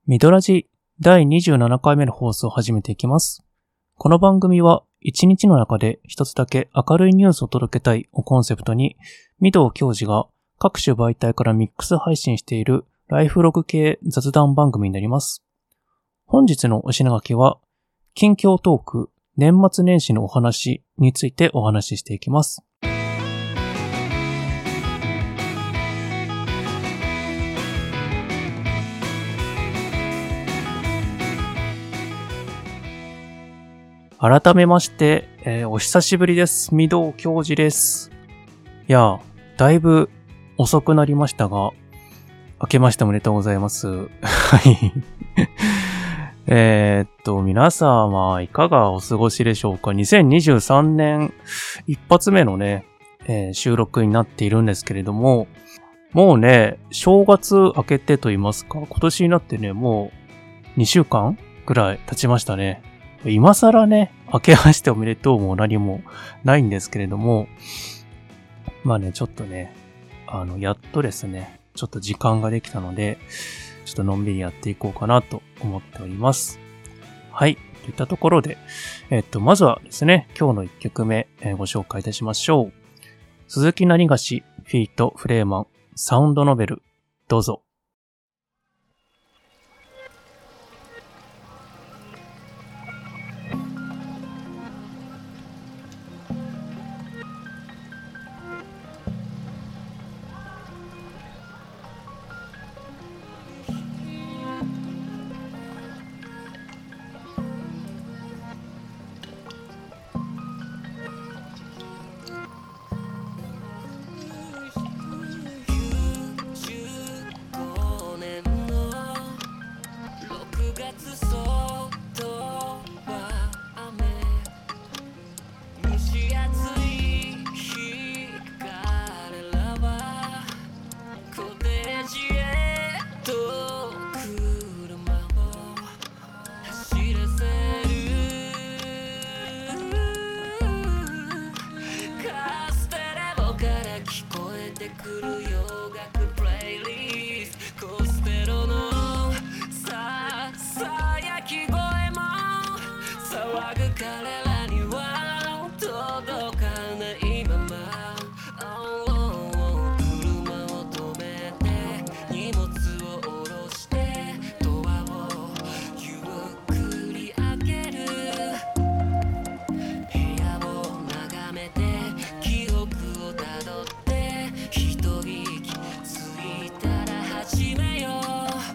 ミドラジ第27回目の放送を始めていきます。この番組は一日の中で一つだけ明るいニュースを届けたいをコンセプトに、御堂教授が各種媒体からミックス配信しているライフログ系雑談番組になります。本日のお品書きは、近況トーク、年末年始のお話についてお話ししていきます。改めまして、お久しぶりです。御堂教授です。いや、だいぶ遅くなりましたが、明けましておめでとうございます。はい。皆様いかがお過ごしでしょうか。2023年一発目のね、収録になっているんですけれども、もうね、正月明けてと言いますか、今年になってね、もう2週間くらい経ちましたね。今更ね、明けましておめでとうも何もないんですけれども、まあね、ちょっとね、やっとですね、ちょっと時間ができたので、ちょっとのんびりやっていこうかなと思っております。はい。といったところで、まずはですね、今日の1曲目、ご紹介いたしましょう。鈴木なにがし、フィート・フレーマン、サウンドノベル、どうぞ。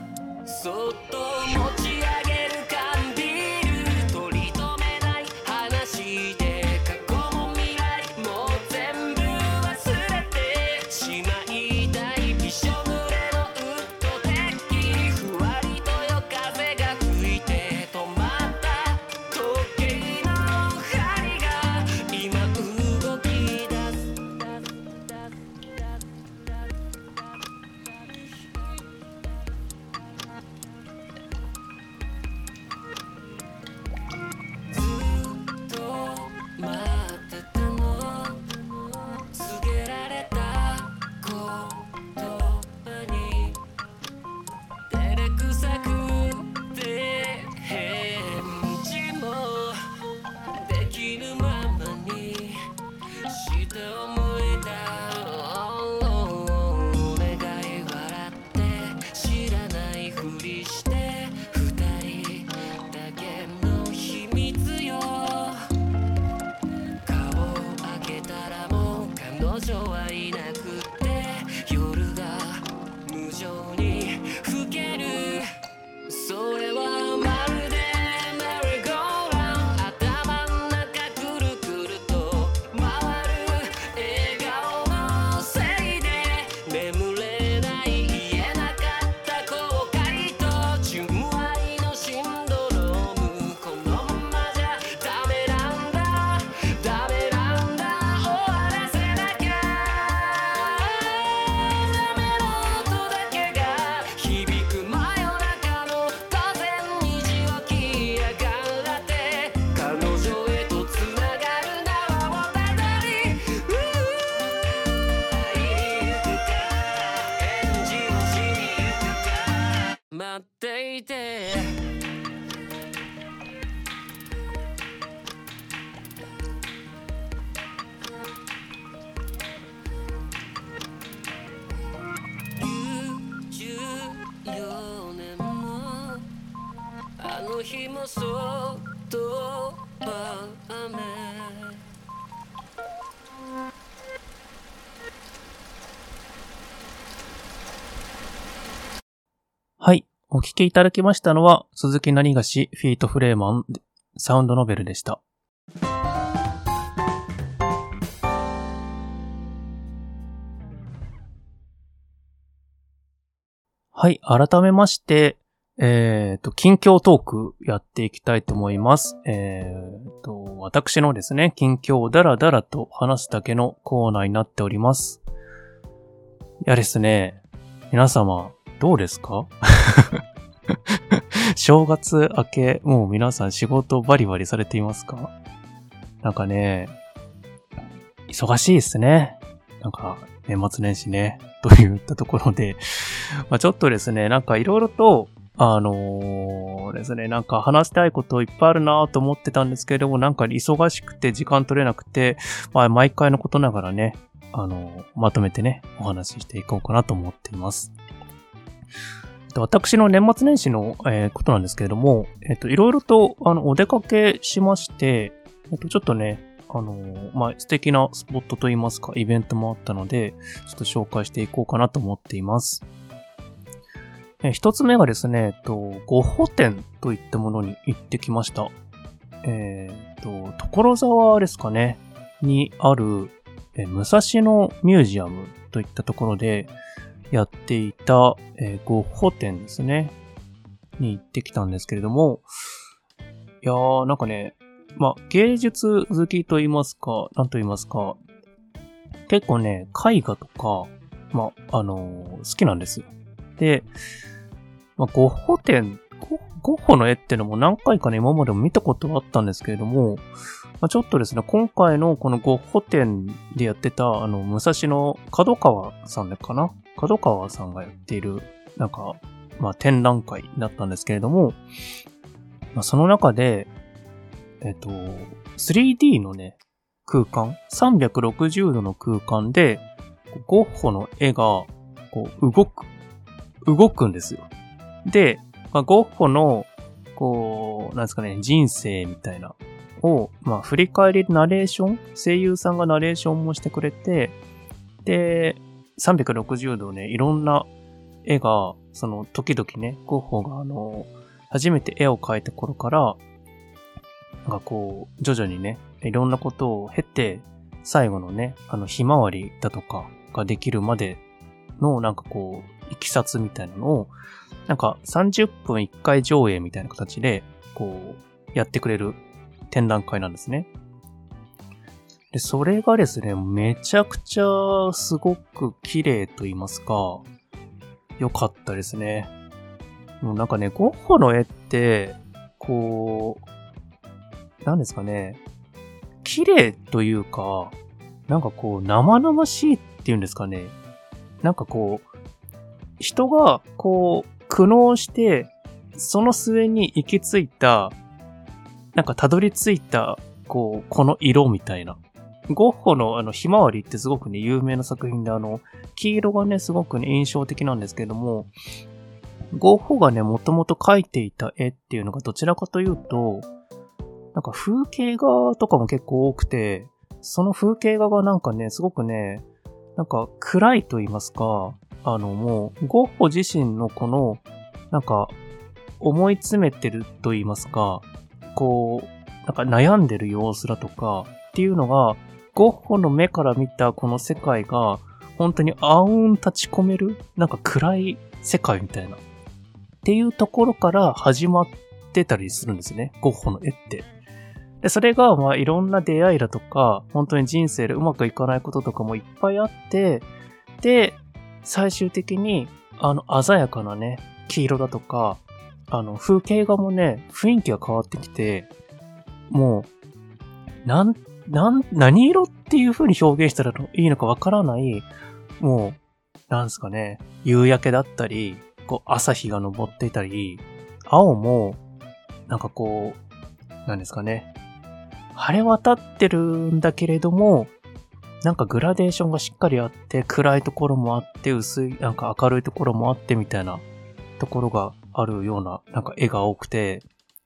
そっと持ち上げる缶ビール、取り留めないの日もそっと雨。 はい。お聞きいただきましたのは、鈴木なにがしフィートフレーマンサウンドノベルでした。はい。改めまして、近況トークやっていきたいと思います。私のですね、近況をダラダラと話すだけのコーナーになっております。いやですね、皆様、どうですか正月明け、もう皆さん仕事バリバリされていますか？なんかね、忙しいですね。なんか、年末年始ね、といったところで、ちょっとですね、なんかいろいろと、ですね、なんか話したいこといっぱいあるなと思ってたんですけれども、なんか忙しくて時間取れなくて、毎回のことながらね、まとめてね、お話ししていこうかなと思っています。私の年末年始の、ことなんですけれども、いろいろと、お出かけしまして、ちょっとね、素敵なスポットといいますか、イベントもあったので、ちょっと紹介していこうかなと思っています。一つ目がですね、ゴッホ展といったものに行ってきました。所沢ですかね、にある、武蔵野ミュージアムといったところでやっていた、ゴッホ展ですね、に行ってきたんですけれども、いやー、なんかね、芸術好きと言いますか、なんと言いますか、結構ね、絵画とか、好きなんですよ。で、ゴッホ展、ゴッホの絵ってのも何回かね、今までも見たことはあったんですけれども、ちょっとですね、今回のこのゴッホ展でやってた、武蔵野角川さんかな？角川さんがやっている、なんか、展覧会だったんですけれども、その中で、3D のね、空間、360度の空間で、ゴッホの絵が、こう、動くんですよ。で、ゴッホの、こう、なんですかね、人生みたいな、を、振り返りナレーション、声優さんがナレーションもしてくれて、で、360度ね、いろんな絵が、その、時々ね、ゴッホが初めて絵を描いた頃から、なんかこう、徐々にね、いろんなことを経て、最後のね、ひまわりだとかができるまでの、なんかこう、いきさつみたいなのを、なんか30分1回上映みたいな形で、こう、やってくれる展覧会なんですね。で、それがですね、めちゃくちゃすごく綺麗と言いますか、良かったですね。もうなんかね、ゴッホの絵って、こう、なんですかね、綺麗というか、なんかこう、生々しいっていうんですかね。なんかこう、人がこう、苦悩して、その末に行き着いた、なんかたどり着いた、こう、この色みたいな。ゴッホのひまわりってすごくね、有名な作品で黄色がね、すごくね、印象的なんですけども、ゴッホがね、もともと描いていた絵っていうのがどちらかというと、なんか風景画とかも結構多くて、その風景画がなんかね、すごくね、なんか暗いと言いますか、もう、ゴッホ自身のこの、なんか、思い詰めてると言いますか、こう、なんか悩んでる様子だとか、っていうのが、ゴッホの目から見たこの世界が、本当に暗雲立ち込める、なんか暗い世界みたいな。っていうところから始まってたりするんですね、ゴッホの絵って。で、それが、いろんな出会いだとか、本当に人生でうまくいかないこととかもいっぱいあって、で、最終的に、鮮やかなね、黄色だとか、風景画もね、雰囲気が変わってきて、もう、何色っていう風に表現したらいいのかわからない、もう、なんですかね、夕焼けだったり、こう、朝日が昇っていたり、青も、なんかこう、なんですかね、晴れ渡ってるんだけれども、なんかグラデーションがしっかりあって、暗いところもあって、薄い、なんか明るいところもあってみたいなところがあるような、なんか絵が多くて、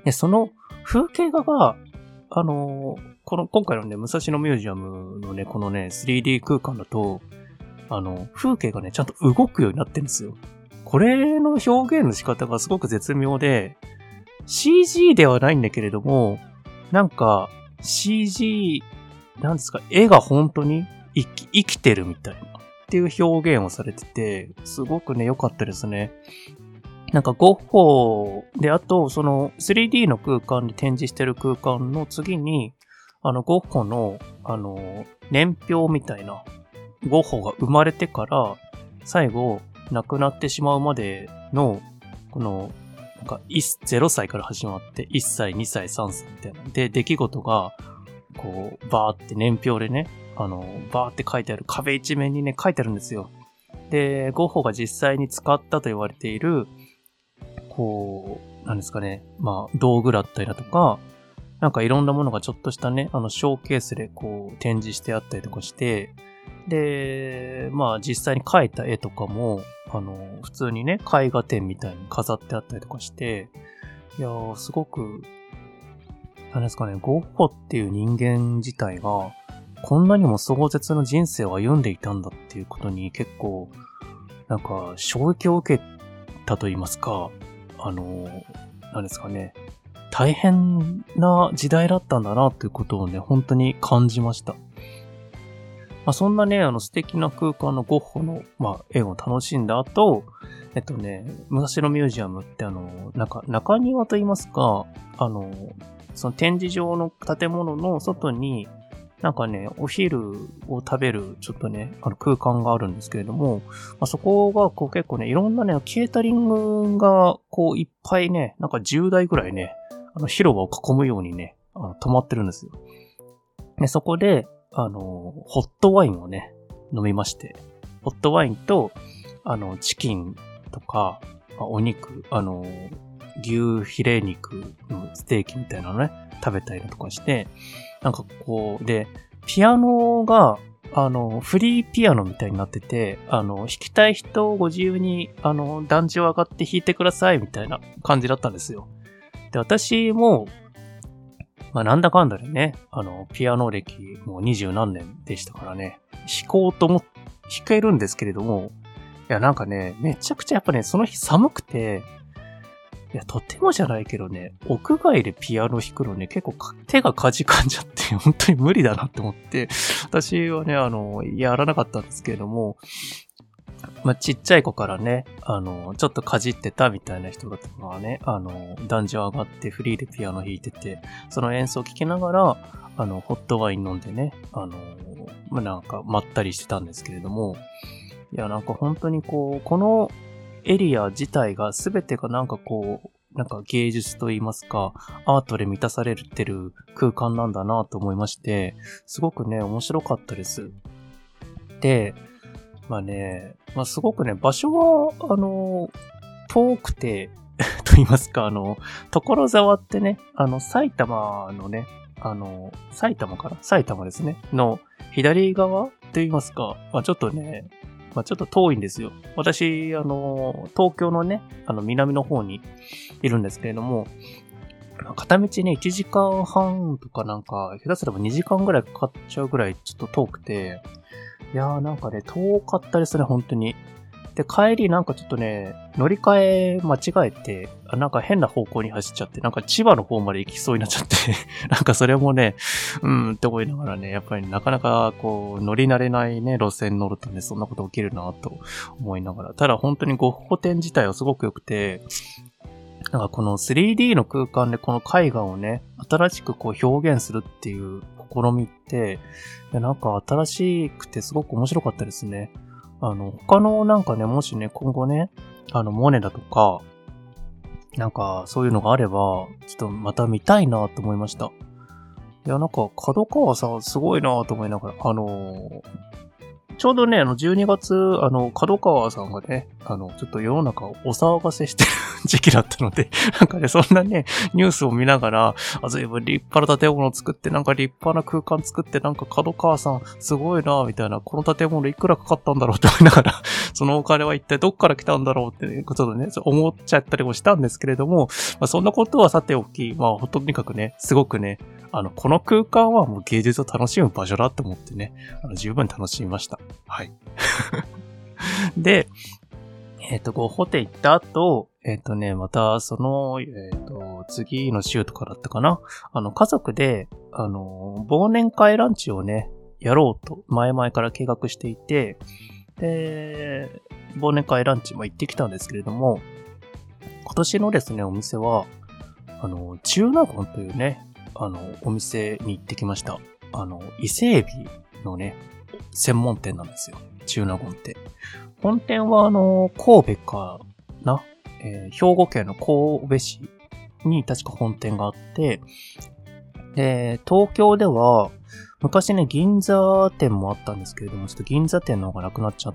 で、その風景画が、今回のね、武蔵野ミュージアムのね、このね、3D 空間だと、風景がね、ちゃんと動くようになってるんですよ。これの表現の仕方がすごく絶妙で、CG ではないんだけれども、なんか、CG、なんですか、絵が本当に生きてるみたいな、っていう表現をされてて、すごくね、良かったですね。なんかゴッホで、あと、その 3D の空間に展示してる空間の次に、ゴッホの、年表みたいな、ゴッホが生まれてから、最後、亡くなってしまうまでの、この、なんか、0歳から始まって、1歳、2歳、3歳みたいな。で、出来事が、こう、バーって年表でね、バーって書いてある、壁一面にね、書いてあるんですよ。で、ゴッホが実際に使ったと言われている、こう、なんですかね、まあ、道具だったりだとか、なんかいろんなものがちょっとしたね、ショーケースでこう、展示してあったりとかして、で、まあ実際に描いた絵とかも、普通にね、絵画展みたいに飾ってあったりとかして、いやー、すごく、なんですかね、ゴッホっていう人間自体が、こんなにも壮絶な人生を歩んでいたんだっていうことに結構、なんか衝撃を受けたと言いますか、なんですかね、大変な時代だったんだなということをね、本当に感じました。まあ、そんなね、素敵な空間のゴッホの、まあ、絵を楽しんだ後、武蔵野ミュージアムってなんか中庭と言いますか、その展示場の建物の外に、なんかね、お昼を食べる、ちょっとね、空間があるんですけれども、まあ、そこが、こう結構ね、いろんなね、ケータリングが、こういっぱいね、なんか10台ぐらいね、広場を囲むようにね、止まってるんですよ。で、そこで、ホットワインをね、飲みまして、ホットワインと、チキンとか、お肉、牛ヒレ肉のステーキみたいなのね、食べたりとかして、なんかこう、で、ピアノが、フリーピアノみたいになってて、弾きたい人ご自由に、壇上上がって弾いてくださいみたいな感じだったんですよ。で、私も、まあなんだかんだでね、ピアノ歴もう20何年でしたからね、弾けるんですけれども、いやなんかね、めちゃくちゃやっぱね、その日寒くて、いや、とてもじゃないけどね、屋外でピアノ弾くのね、結構手がかじかんじゃって、本当に無理だなって思って、私はね、やらなかったんですけれども、まあ、ちっちゃい子からね、ちょっとかじってたみたいな人だったのがね、壇上上がってフリーでピアノ弾いてて、その演奏を聴きながら、ホットワイン飲んでね、まあ、なんかまったりしてたんですけれども、いや、なんか本当にこう、このエリア自体が全てがなんかこう、なんか芸術と言いますか、アートで満たされてる空間なんだなと思いまして、すごくね、面白かったです。で、まあね、まあすごくね、場所は、遠くて、と言いますか、所沢ってね、埼玉のね、埼玉ですね、の左側と言いますか、まあちょっとね、まあちょっと遠いんですよ。私、東京のね、南の方にいるんですけれども、片道ね、1時間半とかなんか、下手すれば2時間ぐらいかかっちゃうぐらいちょっと遠くて、いやーなんかね、遠かったですね、本当に。で、帰りなんかちょっとね、乗り換え間違えて、なんか変な方向に走っちゃって、なんか千葉の方まで行きそうになっちゃって、なんかそれもね、って思いながらね、やっぱりなかなかこう、乗り慣れないね、路線乗るとね、そんなこと起きるなと思いながら。ただ本当にゴッホ展自体はすごく良くて、なんかこの 3D の空間でこの絵画をね、新しくこう表現するっていう試みって、いやなんか新しくてすごく面白かったですね。他のなんかね、もしね、今後ね、モネだとか、なんかそういうのがあれば、ちょっとまた見たいなと思いました。いやなんか角川さんすごいなと思いながら、ちょちょうどね、12月、角川さんがね、ちょっと世の中をお騒がせしてる時期だったので、なんかね、そんなね、ニュースを見ながら、随分立派な建物を作って、なんか立派な空間作って、なんか角川さん、すごいな、みたいな、この建物いくらかかったんだろうって思いながら、そのお金は一体どっから来たんだろうって、ね、ちょっとね、思っちゃったりもしたんですけれども、まあ、そんなことはさておき、まあ、とにかくね、すごくね、この空間はもう芸術を楽しむ場所だって思ってね、十分楽しみました。はい。で、ゴッホ展行った後、また、次の週とかだったかな。家族で、忘年会ランチをね、やろうと、前々から計画していて、で、忘年会ランチも行ってきたんですけれども、今年のですね、お店は、中納言というね、お店に行ってきました。伊勢エビのね、専門店なんですよ。中納言って。本店は神戸かな、兵庫県の神戸市に確か本店があって、で、東京では、昔ね、銀座店もあったんですけれども、ちょっと銀座店の方がなくなっちゃって、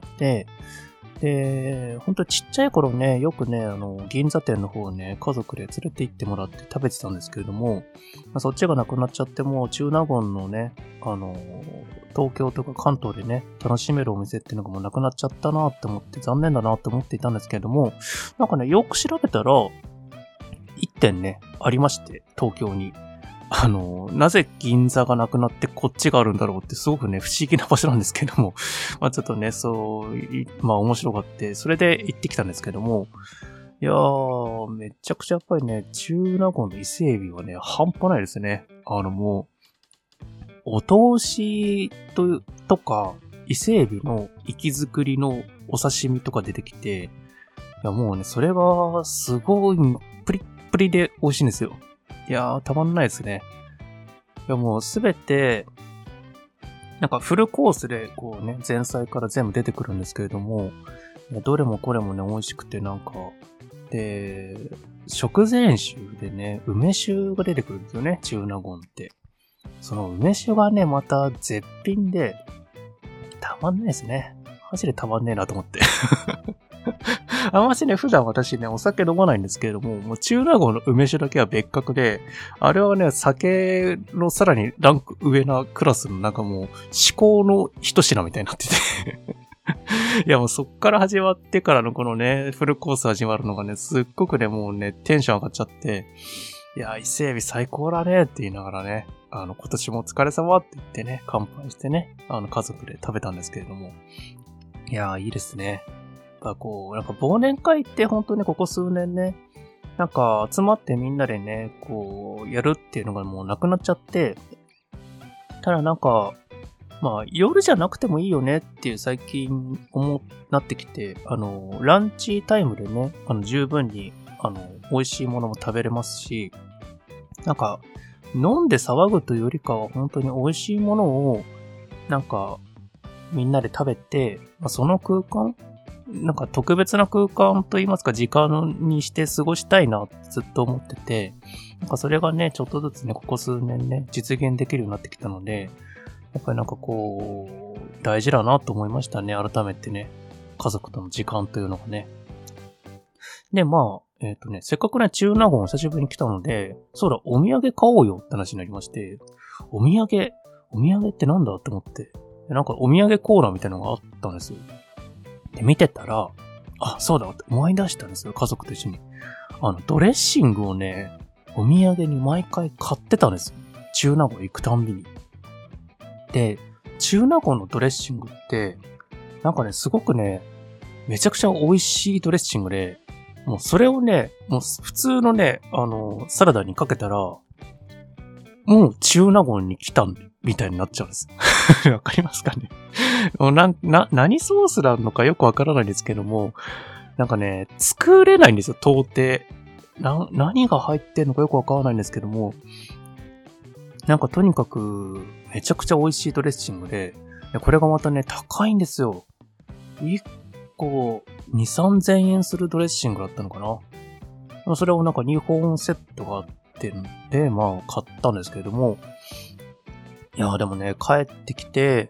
で、ほんとちっちゃい頃ね、よくね、銀座店の方をね、家族で連れて行ってもらって食べてたんですけれども、そっちがなくなっちゃっても、中納言のね、東京とか関東でね、楽しめるお店っていうのがもうなくなっちゃったなって思って、残念だなって思っていたんですけれども、なんかね、よく調べたら、1店ね、ありまして、東京に。なぜ銀座がなくなってこっちがあるんだろうってすごくね、不思議な場所なんですけども、まあちょっとね、まあ面白がって、それで行ってきたんですけども、いやー、めちゃくちゃやっぱりね、中納言の伊勢エビはね、半端ないですね。もう、お通しとか、伊勢エビの活き作りのお刺身とか出てきて、いやもうね、それがすごいプリップリで美味しいんですよ。いやー、たまんないですね。いやもうすべて、なんかフルコースでこうね、前菜から全部出てくるんですけれども、どれもこれもね、美味しくてなんか、で、食前酒でね、梅酒が出てくるんですよね、中納言って。その梅酒がね、また絶品で、たまんないですね。マジでたまんねえなと思って。あんましね、普段私ね、お酒飲まないんですけれども、もう中納言の梅酒だけは別格で、あれはね、酒のさらにランク上なクラスのなんかもう、至高の一品みたいになってて。いやもうそっから始まってからのこのね、フルコース始まるのがね、すっごくね、もうね、テンション上がっちゃって、いや、伊勢海老最高だねって言いながらね、今年もお疲れ様って言ってね、乾杯してね、家族で食べたんですけれども。いや、いいですね。なんか忘年会って本当にここ数年ね、なんか集まってみんなでね、こう、やるっていうのがもうなくなっちゃって、ただなんか、まあ夜じゃなくてもいいよねっていう最近なってきて、ランチタイムでね、十分に、美味しいものも食べれますし、なんか、飲んで騒ぐというよりかは本当に美味しいものを、なんか、みんなで食べて、まあ、その空間なんか特別な空間といいますか時間にして過ごしたいなってずっと思ってて、なんかそれがね、ちょっとずつね、ここ数年ね、実現できるようになってきたので、やっぱりなんかこう、大事だなと思いましたね、改めてね。家族との時間というのがね。で、まあ、せっかくね、中納言久しぶりに来たので、そうだ、お土産買おうよって話になりまして、お土産ってなんだって思って、なんかお土産コーナーみたいなのがあったんですよ。で、見てたら、あ、そうだって思い出したんですよ、家族と一緒に。ドレッシングをね、お土産に毎回買ってたんですよ。中納言行くたんびに。で、中納言のドレッシングって、なんかね、すごくね、めちゃくちゃ美味しいドレッシングで、もうそれをね、もう普通のね、サラダにかけたら、もう中納言に来たみたいになっちゃうんです。わかりますかね。何ソースなのかよくわからないんですけども、なんかね、作れないんですよ、到底。何が入ってんのかよくわからないんですけども、なんかとにかく、めちゃくちゃ美味しいドレッシングで、これがまたね、高いんですよ。1個、2、3000円するドレッシングだったのかな。それをなんか2本セットがあってんで、まあ買ったんですけれども、いやでもね、帰ってきて、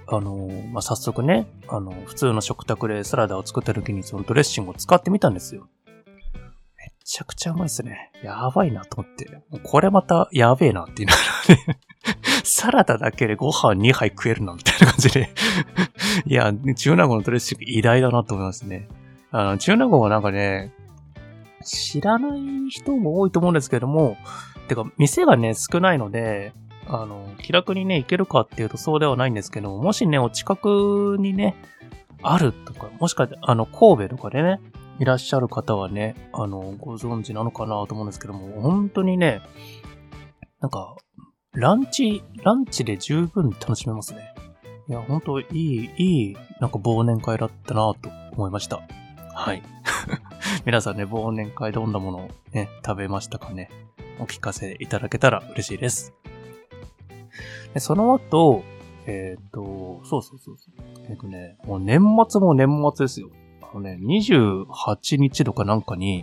早速ね、普通の食卓でサラダを作った時にそのドレッシングを使ってみたんですよ。めちゃくちゃうまいですね。やばいなと思って。これまたやべえなっていうのがね。サラダだけでご飯2杯食えるなみたいな感じで。いや、中納言のドレッシング偉大だなと思いますね。中納言はなんかね、知らない人も多いと思うんですけども、てか、店がね、少ないので、気楽にね、行けるかっていうとそうではないんですけども、もしね、お近くにね、あるとか、もしかして、神戸とかでね、いらっしゃる方はね、ご存知なのかなと思うんですけども、本当にね、なんか、ランチで十分楽しめますね。いや、本当いい、なんか忘年会だったなと思いました。はい。皆さんね、忘年会どんなものをね、食べましたかね。お聞かせいただけたら嬉しいです。でその後、そう。もう年末も年末ですよ。28日とかなんかに、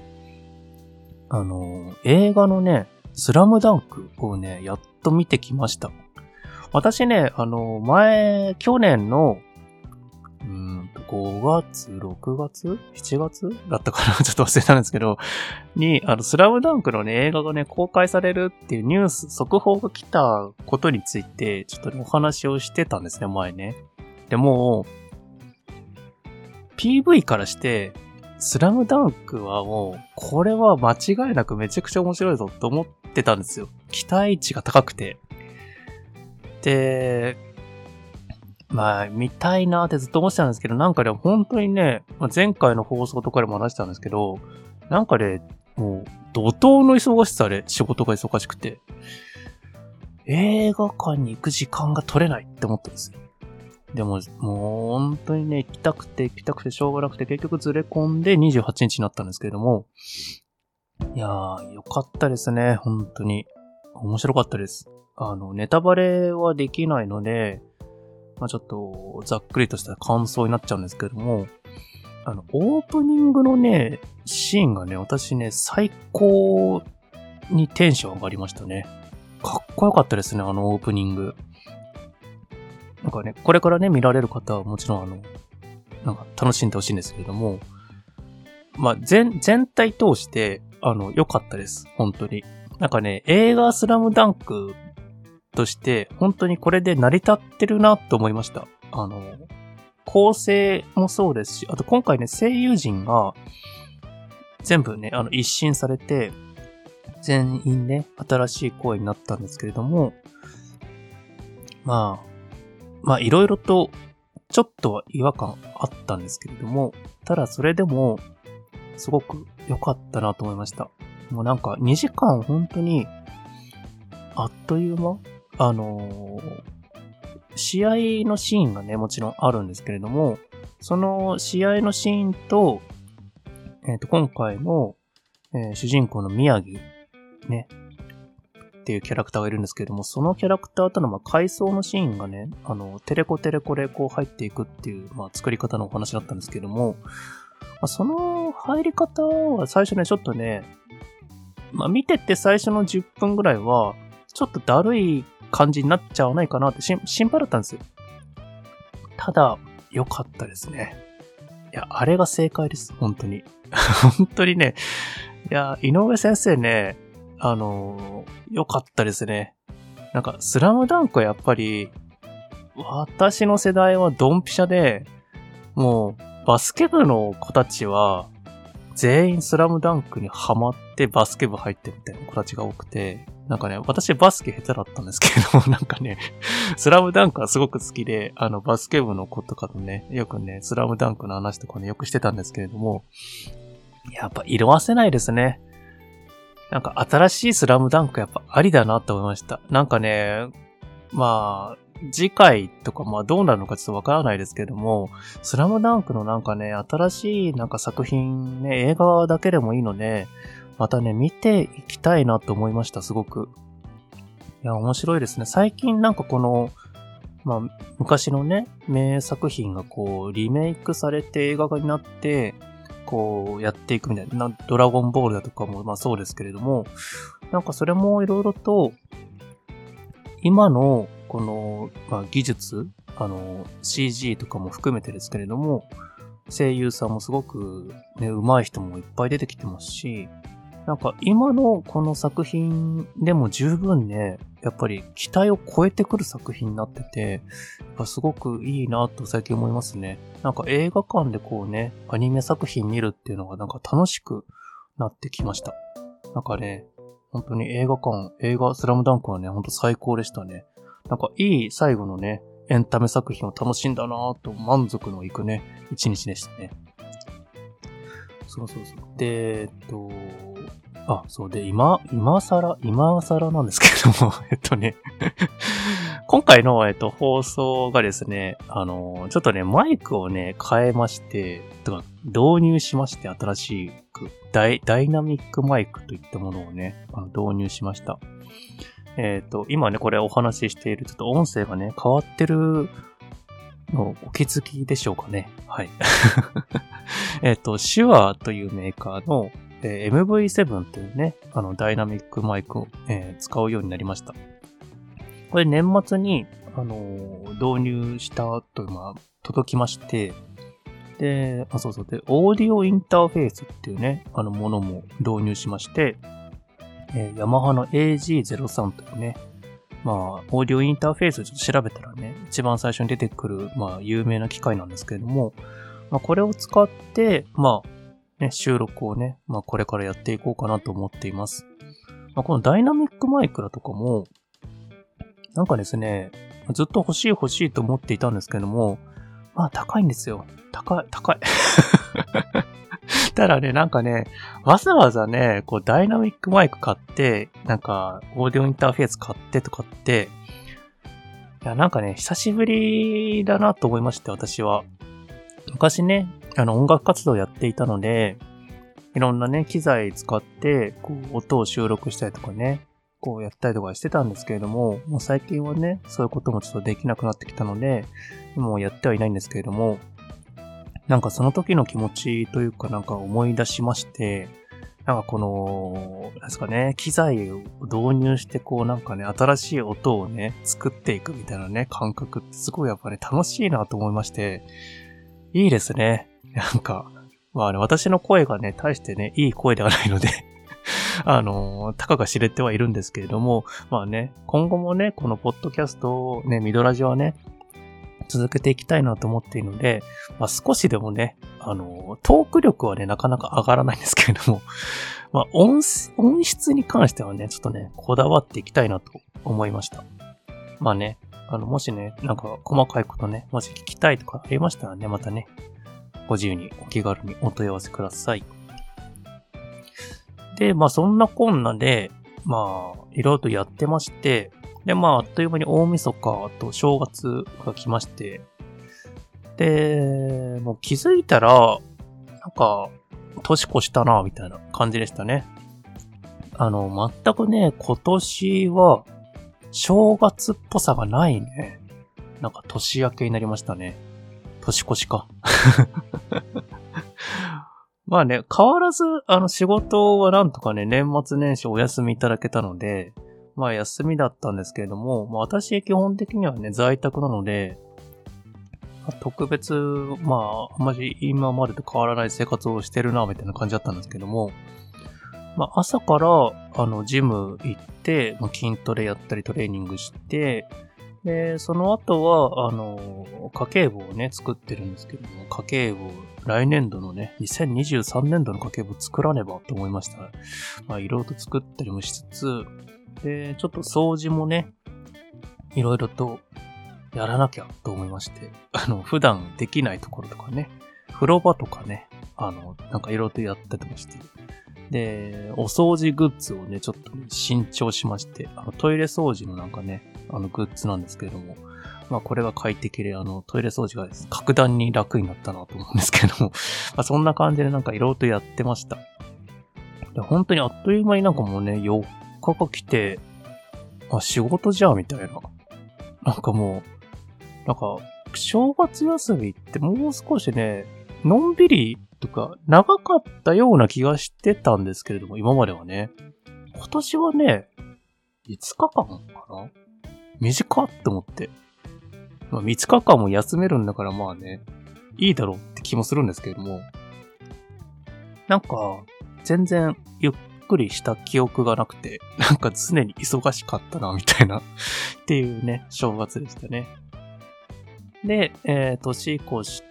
映画のね、スラムダンクをね、やっと見てきました。私ね、去年の、5月、6月 ?7 月だったかなちょっと忘れたんですけど、に、スラムダンクのね、映画がね、公開されるっていうニュース、速報が来たことについて、ちょっとね、お話をしてたんですね、前ね。でも、PV からして、スラムダンクはもう、これは間違いなくめちゃくちゃ面白いぞと思ってたんですよ。期待値が高くて。で、まあ、見たいなってずっと思ってたんですけど、なんかね、本当にね、前回の放送とかでも話したんですけど、なんかね、もう、怒涛の忙しさで仕事が忙しくて、映画館に行く時間が取れないって思ったんですよ。でも、もう本当にね、行きたくてしょうがなくて、結局ずれ込んで28日になったんですけれども、いやー、よかったですね、本当に。面白かったです。ネタバレはできないので、ちょっと、ざっくりとした感想になっちゃうんですけども、オープニングのね、シーンがね、私ね、最高にテンション上がりましたね。かっこよかったですね、オープニング。なんかね、これからね、見られる方はもちろんなんか楽しんでほしいんですけれども、全体通して、良かったです。本当に。なんかね、映画スラムダンクとして、本当にこれで成り立ってるなと思いました。構成もそうですし、あと今回ね、声優陣が、全部ね、一新されて、全員ね、新しい声になったんですけれども、いろいろと、ちょっとは違和感あったんですけれども、ただそれでも、すごく良かったなと思いました。もうなんか2時間本当に、あっという間試合のシーンがね、もちろんあるんですけれども、その試合のシーンと、今回の、主人公の宮城、ね、っていうキャラクターがいるんですけれども、そのキャラクターとの回想のシーンがね、テレコでこう入っていくっていう、作り方のお話だったんですけれども、その入り方は最初ね、ちょっとね、見てて最初の10分ぐらいは、ちょっとだるい感じになっちゃわないかなって心配だったんですよ。ただ、良かったですね。いや、あれが正解です。本当に。本当にね。いや、井上先生ね、良かったですね。なんか、スラムダンクはやっぱり、私の世代はドンピシャで、もう、バスケ部の子たちは、全員スラムダンクにハマってバスケ部入ってみたいな子たちが多くて、なんかね、私バスケ下手だったんですけれども、なんかね、スラムダンクはすごく好きで、バスケ部の子とかとね、よくね、スラムダンクの話とかね、よくしてたんですけれども、やっぱ色褪せないですね。なんか新しいスラムダンクやっぱありだなって思いました。なんかね、次回とかどうなるのかちょっとわからないですけども、スラムダンクのなんかね、新しいなんか作品ね、映画だけでもいいので、またね、見ていきたいなと思いました、すごく。いや、面白いですね。最近なんかこの、昔のね、名作品がこう、リメイクされて映画化になって、こう、やっていくみたいな、ドラゴンボールだとかもそうですけれども、なんかそれもいろいろと、今のこの、技術、CG とかも含めてですけれども、声優さんもすごくね、上手い人もいっぱい出てきてますし、なんか今のこの作品でも十分ね、やっぱり期待を超えてくる作品になってて、やっぱすごくいいなと最近思いますね。なんか映画館でこうね、アニメ作品見るっていうのがなんか楽しくなってきました。なんかね、本当に映画スラムダンクはね、本当最高でしたね。なんかいい最後のね、エンタメ作品を楽しんだなぁと満足のいくね、一日でしたね。そう。で、そうで、今更なんですけれども、今回の、放送がですね、ちょっとね、マイクをね、変えまして、導入しまして、新しく、ダイナミックマイクといったものをね、導入しました。今ね、これお話ししている、ちょっと音声がね、変わってるのお気づきでしょうかね。はい。手話というメーカーの、MV7 というね、ダイナミックマイクを、使うようになりました。これ年末に、導入したと、届きまして、で、で、オーディオインターフェースっていうね、ものも導入しまして、ヤマハの AG03 というね、オーディオインターフェースをちょっと調べたらね、一番最初に出てくる、有名な機械なんですけれども、これを使って、収録をね、これからやっていこうかなと思っています。このダイナミックマイクだとかも、なんかですね、ずっと欲しいと思っていたんですけども、高いんですよ。高い。ただね、なんかね、わざわざね、こうダイナミックマイク買って、なんか、オーディオインターフェース買ってとかって、いや、なんかね、久しぶりだなと思いまして、私は。昔ね、音楽活動やっていたので、いろんなね、機材使って、こう、音を収録したりとかね、こうやったりとかしてたんですけれども、もう最近はね、そういうこともちょっとできなくなってきたので、もうやってはいないんですけれども、なんかその時の気持ちというかなんか思い出しまして、なんかこの、なんですかね、機材を導入してこうなんかね、新しい音をね、作っていくみたいなね、感覚ってすごいやっぱり楽しいなと思いまして、いいですね。なんか、私の声がね、大してね、いい声ではないので、たかが知れてはいるんですけれども、今後もね、このポッドキャストをね、ミドラジはね、続けていきたいなと思っているので、少しでもね、トーク力はね、なかなか上がらないんですけれども、音質に関してはね、ちょっとね、こだわっていきたいなと思いました。もしね、なんか細かいことね、もし聞きたいとかありましたらね、またね、ご自由にお気軽にお問い合わせください。で、そんなこんなで、いろいろとやってまして、で、あっという間に大晦日と正月が来まして、で、もう気づいたら、なんか、年越したな、みたいな感じでしたね。全くね、今年は、正月っぽさがないね。なんか年明けになりましたね。年越しか。変わらず、仕事はなんとかね、年末年始お休みいただけたので、休みだったんですけれども、私基本的にはね、在宅なので、特別、あんまり今までと変わらない生活をしてるな、みたいな感じだったんですけども、朝から、ジム行って、筋トレやったりトレーニングして、で、その後は、家計簿をね、作ってるんですけども、家計簿、来年度のね、2023年度の家計簿作らねばと思いました。いろいろと作ったりもしつつ、で、ちょっと掃除もね、いろいろとやらなきゃと思いまして、普段できないところとかね、風呂場とかね、なんかいろいろとやったりもして、で、お掃除グッズをね、ちょっと、新調しまして、トイレ掃除のなんかね、グッズなんですけれども、これが快適で、トイレ掃除が格段に楽になったなと思うんですけれども、そんな感じでなんかいろいろとやってました。で、本当にあっという間になんかもうね、4日が来て、仕事じゃんみたいな。なんかもう、なんか、正月休みってもう少しね、のんびりとか長かったような気がしてたんですけれども、今まではね。今年はね、5日間かな短っって思って。まあ、5日間も休めるんだからまあね、いいだろうって気もするんですけれども、なんか、全然ゆっくりした記憶がなくて、なんか常に忙しかったな、みたいなっていうね、正月でしたね。で、年越して、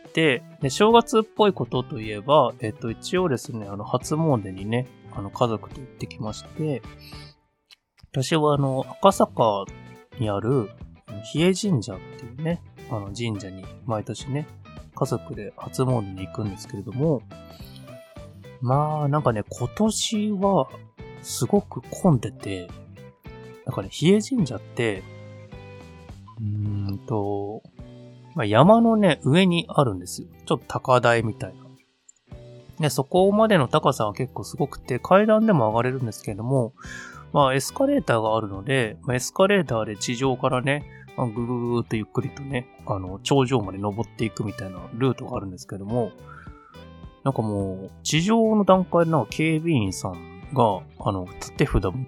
で、正月っぽいことといえば、一応ですね、初詣にね、家族と行ってきまして、私は赤坂にある、比叡神社っていうね、神社に毎年ね、家族で初詣に行くんですけれども、まあ、なんかね、今年は、すごく混んでて、なんかね、比叡神社って、まあ、山のね、上にあるんですよ。ちょっと高台みたいな。で、そこまでの高さは結構すごくて、階段でも上がれるんですけれども、まあ、エスカレーターがあるので、まあ、エスカレーターで地上からね、ぐぐーっとゆっくりとね、頂上まで登っていくみたいなルートがあるんですけども、なんかもう、地上の段階でなんか警備員さんが、手札持って、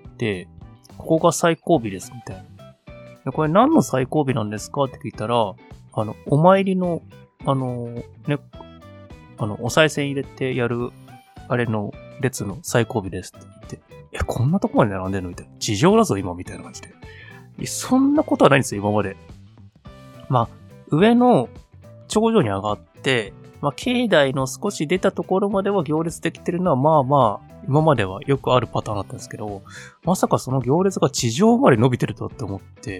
ここが最後尾ですみたいな。で、これ何の最後尾なんですかって聞いたら、お参りの、ね、お賽銭入れてやる、あれの列の最後尾ですって言って、こんなとこまで並んでんのみたいな。地上だぞ今みたいな感じで。そんなことはないんですよ、今まで。まあ、上の頂上に上がって、まあ、境内の少し出たところまでは行列できてるのは、まあまあ、今まではよくあるパターンだったんですけど、まさかその行列が地上まで伸びてるとって思って、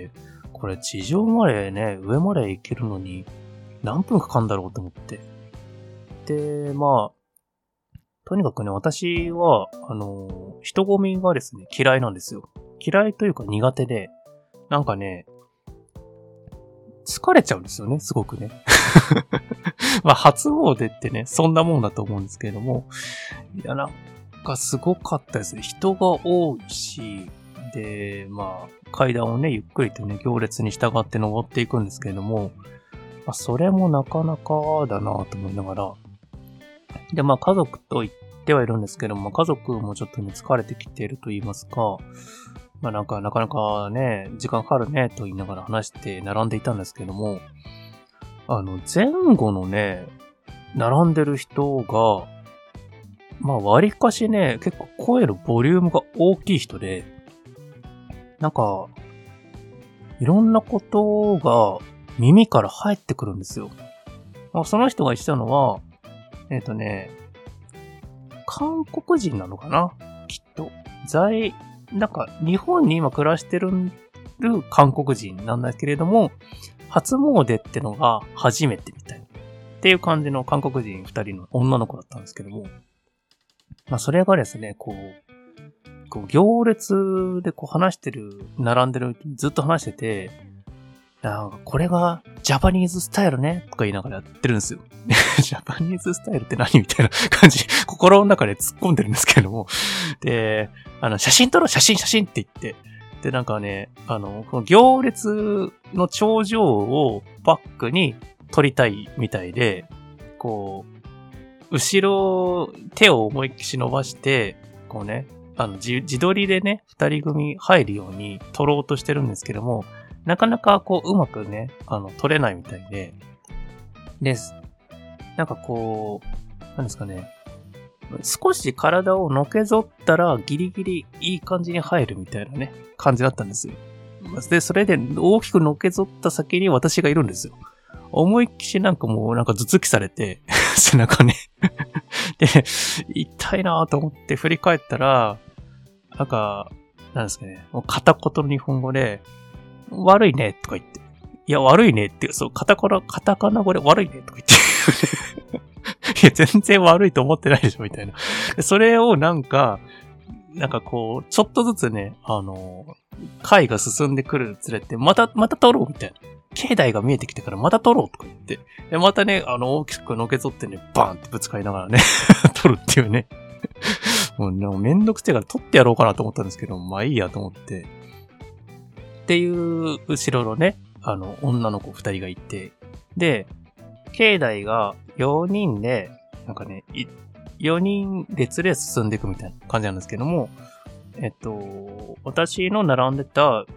これ地上までね、上まで行けるのに何分かかんだろうと思って。で、まあ、とにかくね、私は、人混みがですね、嫌いなんですよ。嫌いというか苦手で、なんかね、疲れちゃうんですよね、すごくね。まあ、初詣ってね、そんなもんだと思うんですけれども、いや、なんかすごかったですね。人が多いし、で、まあ、階段をね、ゆっくりとね、行列に従って登っていくんですけれども、まあ、それもなかなかだなと思いながら、で、まあ、家族と行ってはいるんですけども、家族もちょっとね、疲れてきていると言いますか、まあなんか、なかなかね、時間かかるね、と言いながら話して並んでいたんですけども、前後のね、並んでる人が、まあ割かしね、結構声のボリュームが大きい人で、なんか、いろんなことが耳から入ってくるんですよ。まあ、その人が言ってたのは、韓国人なのかなきっと。なんか、日本に今暮らしてる韓国人なんだけれども、初詣ってのが初めてみたいな。っていう感じの韓国人2人の女の子だったんですけども、まあそれがですね、こう行列でこう並んでる、ずっと話してて、なんかこれがジャパニーズスタイルねとか言いながらやってるんですよ。ジャパニーズスタイルって何みたいな感じ、心の中で突っ込んでるんですけれども。で、写真撮ろう、写真って言って。で、なんかね、この行列の頂上をバックに撮りたいみたいで、こう、後ろ、手を思いっきし伸ばして、こうね、自撮りでね、二人組入るように撮ろうとしてるんですけども、なかなかこう、うまくね、撮れないみたいで、なんかこう、なんですかね、少し体をのけぞったらギリギリいい感じに入るみたいなね、感じだったんですよ。で、それで大きくのけぞった先に私がいるんですよ。思いっきしなんかもうなんか頭突きされて、背中ね。で、痛いなぁと思って振り返ったら、なんか、なんですかね、もう片言の日本語で、悪いねとか言って。いや、悪いねって、そう、カタカナ語で悪いねとか言って。いや、全然悪いと思ってないでしょ、みたいな。それをなんかこう、ちょっとずつね、回が進んでくるにつれて、また撮ろうみたいな。境内が見えてきてからまた撮ろうとか言って。で、またね、大きくのけぞってね、バーンってぶつかりながらね、撮るっていうね。もうめんどくせえから撮ってやろうかなと思ったんですけど、まあいいやと思って。っていう後ろのね、女の子2人がいて、で、境内が4人で、なんかね、4人列で進んでいくみたいな感じなんですけども、私の並んでた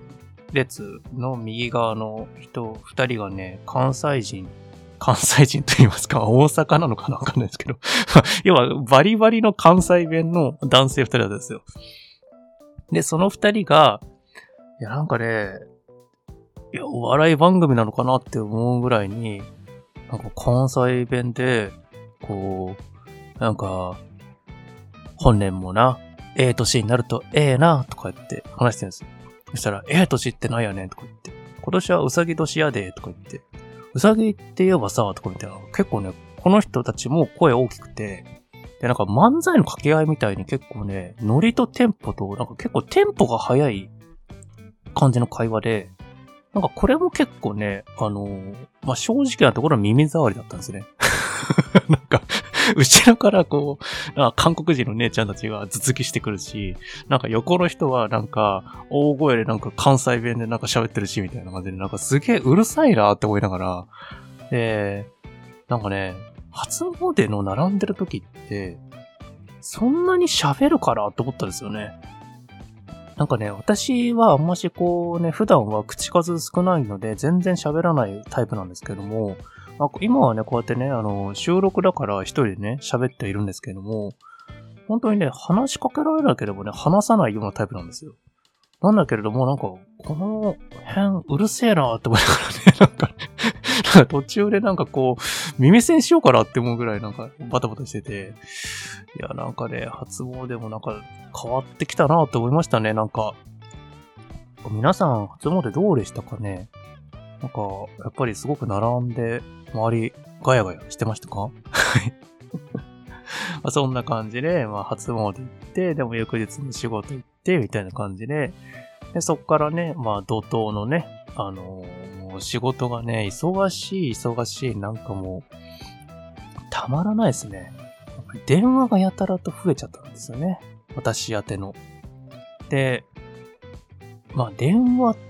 列の右側の人2人がね、関西人と言いますか、大阪なのかなわかんないですけど、要はバリバリの関西弁の男性2人だったんですよ。で、その2人が、いやなんかね、いや、お笑い番組なのかなって思うぐらいに、なんか関西弁で、こう、なんか、本年もな、年になるとな、とか言って話してるんですよ。そしたら、年ってなんやねんとか言って、今年はうさぎ年やで、とか言って、うさぎって言えばさ、とかみたいな、結構ね、この人たちも声大きくて、で、なんか漫才の掛け合いみたいに結構ね、ノリとテンポと、なんか結構テンポが速い感じの会話で、なんかこれも結構ね、まあ、正直なところは耳障りだったんですね。なんか、後ろからこう、なんか韓国人の姉ちゃんたちが頭突きしてくるし、なんか横の人はなんか、大声でなんか関西弁でなんか喋ってるし、みたいな感じで、なんかすげえうるさいなって思いながら、なんかね、初詣の並んでる時って、そんなに喋るからって思ったんですよね。なんかね、私はあんましこうね、普段は口数少ないので全然喋らないタイプなんですけども、まあ、今はね、こうやってね、収録だから一人でね、喋っているんですけども、本当にね、話しかけられなければね、話さないようなタイプなんですよ。なんだけれども、なんか、この辺、うるせえなって思いながらね、なんか途中でなんかこう、耳栓しようかなって思うぐらいなんかバタバタしてて、いや、なんかね、初詣もなんか変わってきたなって思いましたね、なんか。皆さん、初詣どうでしたかね？なんか、やっぱりすごく並んで、周り、ガヤガヤしてましたか？はい。まあ、そんな感じで、まあ、初詣行って、でも翌日の仕事行って、みたいな感じで、で、そっからね、まあ、怒涛のね、もう仕事がね、忙しい、なんかもう、たまらないですね。電話がやたらと増えちゃったんですよね。私宛ての。で、まあ、電話って、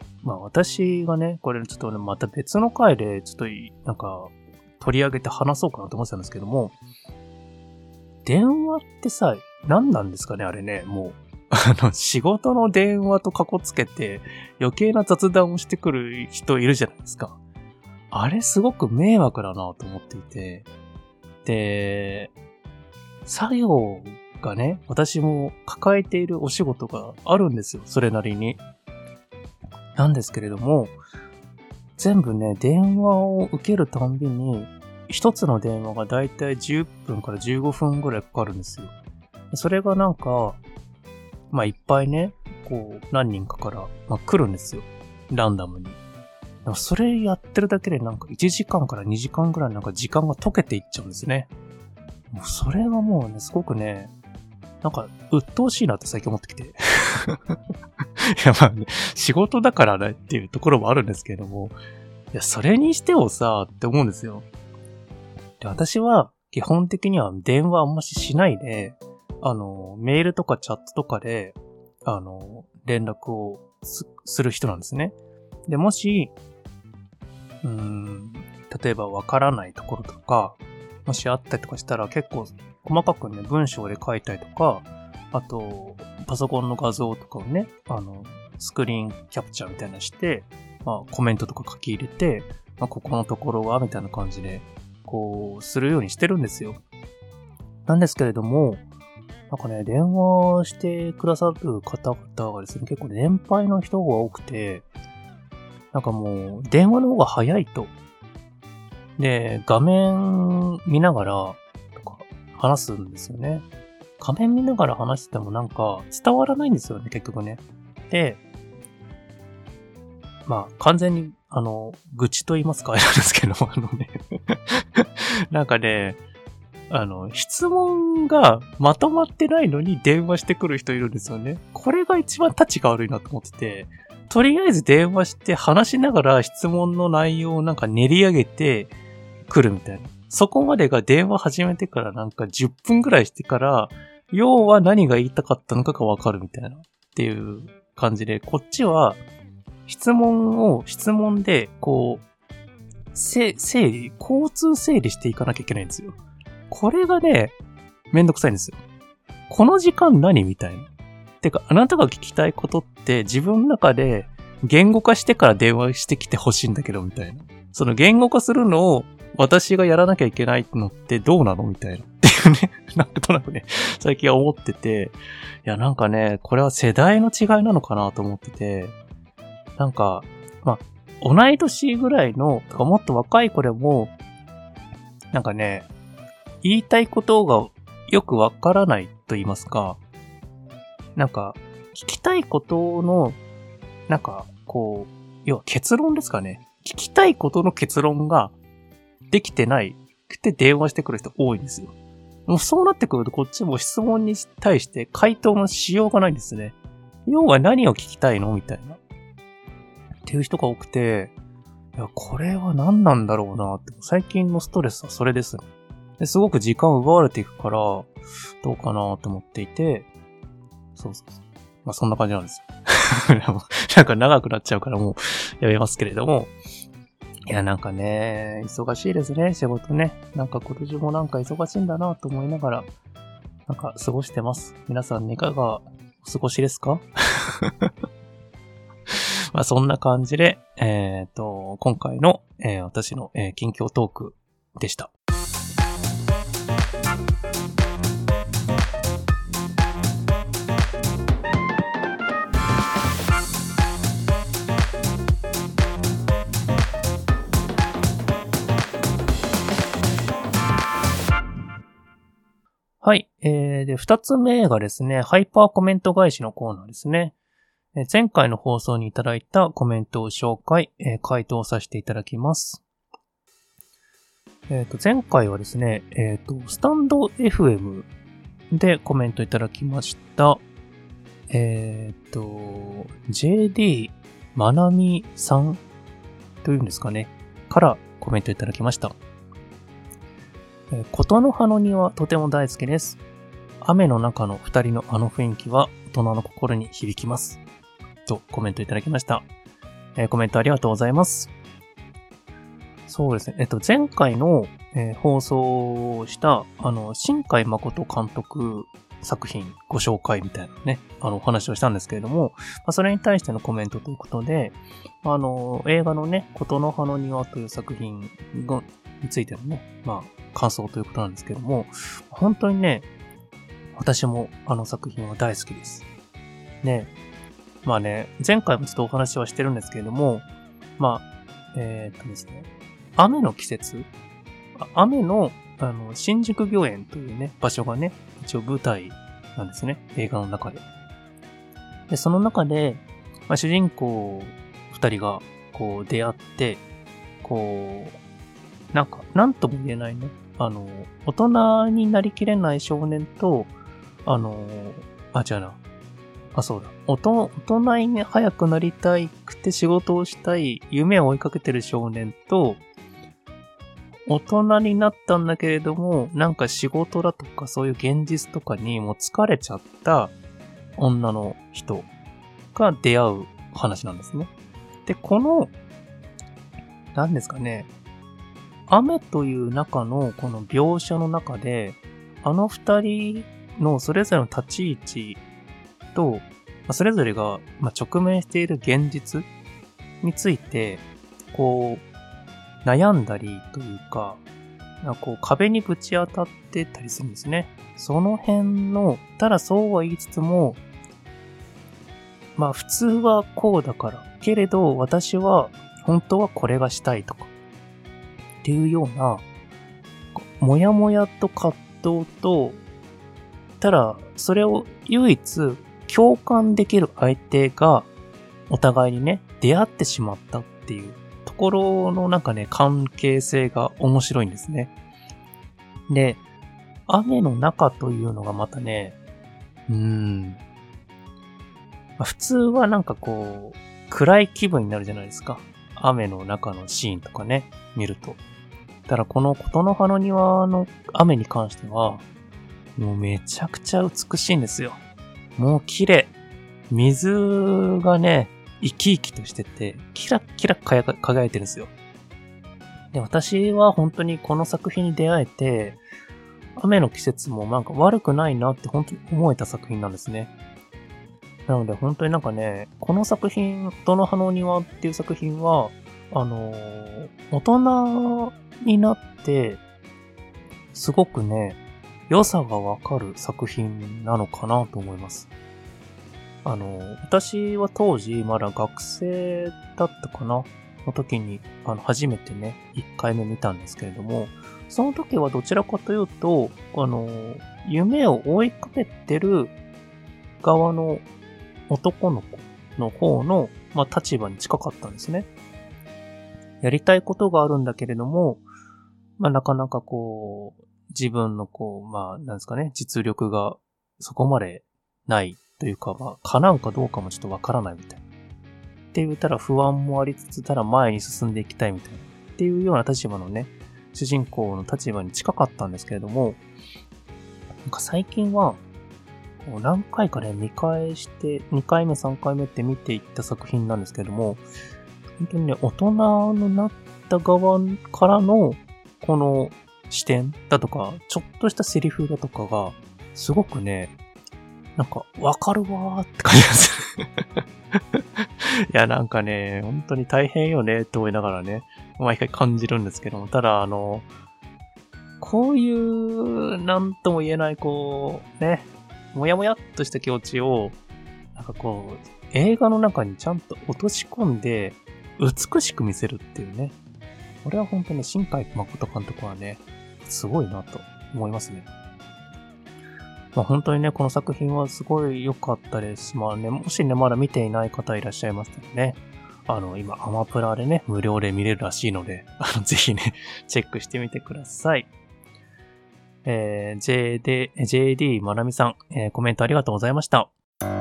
まあ、私がね、これちょっとね、また別の回で、ちょっと、なんか、取り上げて話そうかなと思ってたんですけども、電話ってさ、何なんですかね、あれね、もう。仕事の電話とかこつけて余計な雑談をしてくる人いるじゃないですか。あれすごく迷惑だなと思っていて。で、作業がね、私も抱えているお仕事があるんですよ。それなりに。なんですけれども、全部ね、電話を受けるたんびに、一つの電話がだいたい10分から15分ぐらいかかるんですよ。それがなんか、まあいっぱいね、こう何人かから、まあ、来るんですよ。ランダムに。それやってるだけでなんか1時間から2時間ぐらいなんか時間が溶けていっちゃうんですね。もうそれがもうね、すごくね、なんか鬱陶しいなって最近思ってきて。いやまあね、仕事だからねっていうところもあるんですけれども、いや、それにしてもさ、って思うんですよ。で、私は基本的には電話あんましないで、メールとかチャットとかで、連絡をする人なんですね。で、もし、例えばわからないところとか、もしあったりとかしたら結構細かくね、文章で書いたりとか、あと、パソコンの画像とかをね、スクリーンキャプチャーみたいなして、まあ、コメントとか書き入れて、まあ、ここのところは、みたいな感じで、こう、するようにしてるんですよ。なんですけれども、なんかね、電話してくださる方々がですね、結構年配の人が多くて、なんかもう、電話の方が早いと。で、画面見ながら、とか、話すんですよね。画面見ながら話しててもなんか、伝わらないんですよね、結局ね。で、まあ、完全に、愚痴と言いますか、あれなんですけど、なんかね、質問がまとまってないのに電話してくる人いるんですよね。これが一番タチが悪いなと思ってて、とりあえず電話して話しながら質問の内容をなんか練り上げてくるみたいな。そこまでが電話始めてからなんか10分ぐらいしてから、要は何が言いたかったのかがわかるみたいなっていう感じで、こっちは質問でこう、交通整理していかなきゃいけないんですよ。これがね、めんどくさいんですよ。この時間何みたいな。てか、あなたが聞きたいことって自分の中で言語化してから電話してきてほしいんだけど、みたいな。その言語化するのを私がやらなきゃいけないのってどうなのみたいな。っていうね、なんとなくね、最近は思ってて、いやなんかね、これは世代の違いなのかなと思ってて、なんか、同い年ぐらいの、とかもっと若い子でも、なんかね、言いたいことがよくわからないと言いますか、なんか、聞きたいことの、なんか、こう、要は結論ですかね。聞きたいことの結論ができてないくて電話してくる人多いんですよ。もうそうなってくるとこっちも質問に対して回答のしようがないんですね。要は何を聞きたいのみたいな。っていう人が多くて、いや、これは何なんだろうなって、最近のストレスはそれですね。ですごく時間を奪われていくから、どうかなと思っていて、そう。そんな感じなんですよ。なんか長くなっちゃうからもうやめますけれども。いや、なんかね、忙しいですね、仕事ね。なんか今年もなんか忙しいんだなと思いながら、なんか過ごしてます。皆さんいかがお過ごしですか？そんな感じで、今回の、私の、近況トークでした。はい。で、二つ目がですね、ハイパーコメント返しのコーナーですね。前回の放送にいただいたコメントを紹介、回答させていただきます。前回はですね、スタンド FM でコメントいただきました。JD まなみさんというんですかね、からコメントいただきました。琴の葉の庭とても大好きです。雨の中の二人のあの雰囲気は大人の心に響きます。とコメントいただきました。コメントありがとうございます。そうですね。前回の、放送した、新海誠監督作品ご紹介みたいなね、お話をしたんですけれども、それに対してのコメントということで、映画のね、琴の葉の庭という作品についてのね、感想ということなんですけども、本当にね、私も作品は大好きです。ね、前回もちょっとお話はしてるんですけれども、ですね、雨の季節、雨の、新宿御苑というね、場所がね、一応舞台なんですね、映画の中で。で、その中で、主人公二人が、こう、出会って、こう、なんとも言えないね、大人になりきれない少年と、そうだ。大人に早くなりたくて仕事をしたい、夢を追いかけてる少年と、大人になったんだけれども、なんか仕事だとかそういう現実とかにもう疲れちゃった女の人が出会う話なんですね。で、この、何ですかね、雨という中のこの描写の中で、二人のそれぞれの立ち位置と、それぞれが直面している現実について、こう、悩んだりというか、こう壁にぶち当たってたりするんですね。その辺の、ただそうは言いつつも、普通はこうだから、けれど私は本当はこれがしたいとか、っていうような、もやもやと葛藤と、ただそれを唯一共感できる相手がお互いにね、出会ってしまったっていうところの関係性が面白いんですね。で、雨の中というのがまたね、普通は暗い気分になるじゃないですか。雨の中のシーンとかね、見ると。ただこの琴の葉の庭の雨に関しては、もうめちゃくちゃ美しいんですよ。もう綺麗。水がね、生き生きとしてて、キラッキラ輝いてるんですよ。で、私は本当にこの作品に出会えて、雨の季節も悪くないなって本当に思えた作品なんですね。 なので本当になんかね、この作品、音の葉の庭っていう作品は、大人になって、すごくね、良さがわかる作品なのかなと思います。私は当時まだ学生だったかなの時に、初めてね、1回目見たんですけれども、その時はどちらかというと、夢を追いかけてる側の男の子の方の、立場に近かったんですね。やりたいことがあるんだけれども、なかなか自分のなんですかね、実力がそこまでないというか、叶うかどうかもちょっとわからないみたいな。って言ったら不安もありつつ、ただ前に進んでいきたいみたいな。っていうような立場のね、主人公の立場に近かったんですけれども、なんか最近は、何回かね、見返して、2回目、3回目って見ていった作品なんですけれども、本当にね、大人のなった側からの、この視点だとか、ちょっとしたセリフだとかが、すごくね、なんか、わかるわーって感じがする。いや、なんかね、本当に大変よね、と思いながらね、毎回感じるんですけども、ただ、こういう、なんとも言えない、ね、もやもやっとした気持ちを、なんか映画の中にちゃんと落とし込んで、美しく見せるっていうね。これは本当に新海誠監督はね、すごいなと思いますね。本当にね、この作品はすごい良かったです。もしね、まだ見ていない方いらっしゃいましたらね、今、アマプラでね、無料で見れるらしいので、ぜひね、チェックしてみてください。JD まなみさん、コメントありがとうございました。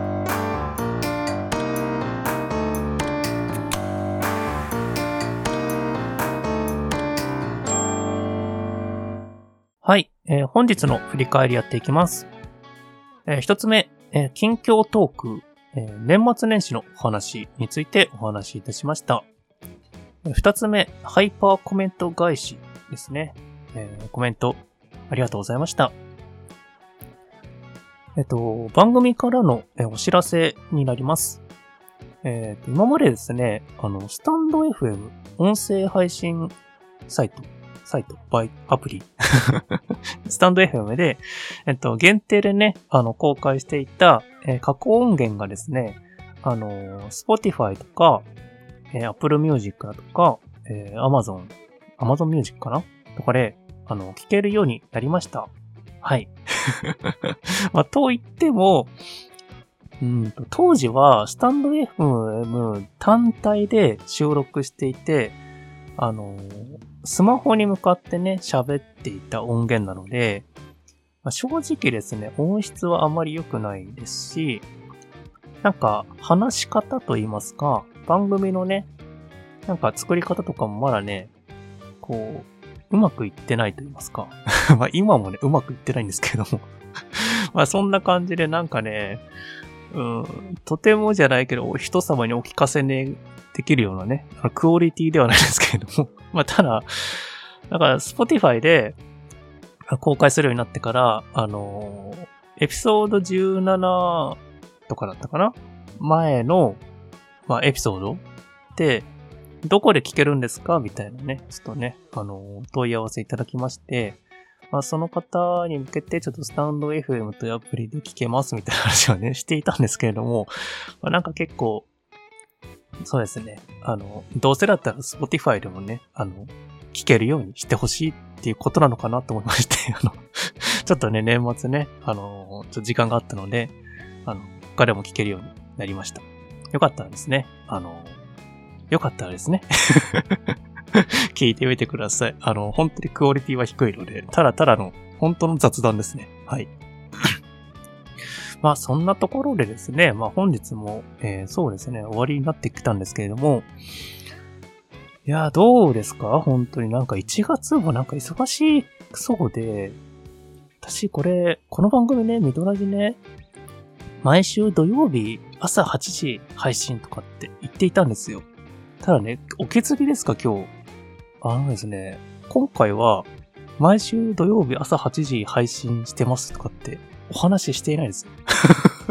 はい、本日の振り返りやっていきます。一つ目、近況トーク、年末年始のお話についてお話しいたしました。二つ目、ハイパーコメント返しですね。コメントありがとうございました。番組からのお知らせになります。今までですね、スタンド FM 音声配信サイト、アプリ、スタンド FM で、限定でね、公開していた、過去音源がですね、Spotify とか、Apple Music だとか、Amazon Music かなとかで、聞けるようになりました。はい。と言っても、当時はスタンド FM 単体で収録していて、スマホに向かってね、喋っていた音源なので、正直ですね、音質はあまり良くないですし、なんか話し方といいますか、番組のね、なんか作り方とかもまだね、うまくいってないと言いますか。今もね、うまくいってないんですけども。そんな感じでなんかね、とてもじゃないけど、人様にお聞かせね、できるようなね、クオリティではないですけれども。ただ、なんか、Spotify で公開するようになってから、エピソード17とかだったかな前の、エピソードで、どこで聞けるんですかみたいなね、ちょっとね、問い合わせいただきまして、その方に向けてちょっとスタンド FM というアプリで聞けますみたいな話をね、していたんですけれども、なんか結構、そうですね、どうせだったら Spotify でもね、聞けるようにしてほしいっていうことなのかなと思いまして、ちょっとね、年末ね、ちょっと時間があったので、他でも聞けるようになりました。よかったらですね、よかったらですね、聞いてみてください。本当にクオリティは低いので、ただの本当の雑談ですね。はい。そんなところでですね、本日も、そうですね、終わりになってきたんですけれども、いや、どうですか本当になんか1月もなんか忙しそうで、私この番組ね、ミドラジね、毎週土曜日朝8時配信とかって言っていたんですよ。ただね、お気づきですか今日。ですね、今回は毎週土曜日朝8時配信してますとかってお話ししていないですよ。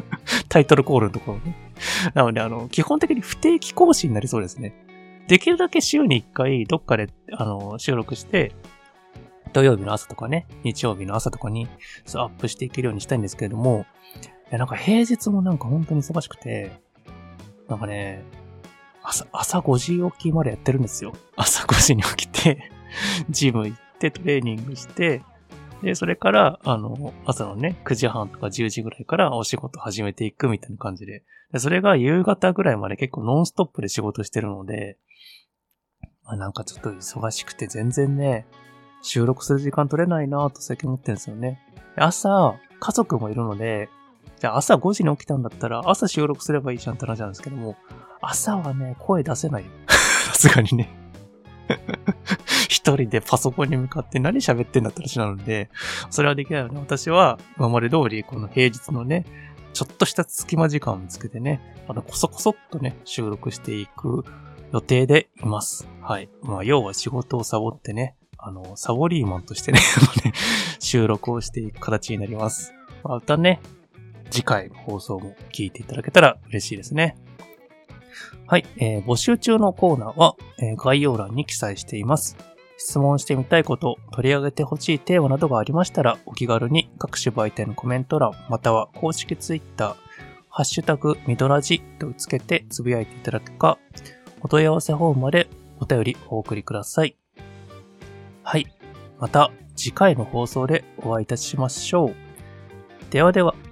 タイトルコールのところね。なので、基本的に不定期更新になりそうですね。できるだけ週に1回、どっかで、収録して、土曜日の朝とかね、日曜日の朝とかに、アップしていけるようにしたいんですけれども、なんか平日もなんか本当に忙しくて、なんかね、朝5時起きまでやってるんですよ。朝5時に起きて、ジム行ってトレーニングして、で、それから、朝のね、9時半とか10時ぐらいからお仕事始めていくみたいな感じで。で、それが夕方ぐらいまで結構ノンストップで仕事してるので、なんかちょっと忙しくて全然ね、収録する時間取れないなぁと最近思ってるんですよね。朝、家族もいるので、じゃあ朝5時に起きたんだったら朝収録すればいいじゃんって話なんですけども、朝はね、声出せないよ。さすがにね。一人でパソコンに向かって何喋ってんだって話なので、それはできないので、私は今まで通りこの平日のね、ちょっとした隙間時間を見つけてね、こそこそっとね、収録していく予定でいます。はい。要は仕事をサボってね、サボリーマンとしてね、収録をしていく形になります。またね、次回の放送も聞いていただけたら嬉しいですね。はい、募集中のコーナーは、概要欄に記載しています。質問してみたいこと、取り上げてほしいテーマなどがありましたら、お気軽に各種媒体のコメント欄、または公式ツイッター、ハッシュタグミドラジとつけてつぶやいていただくか、お問い合わせフォームまでお便りお送りください。はい、また次回の放送でお会いいたしましょう。ではでは。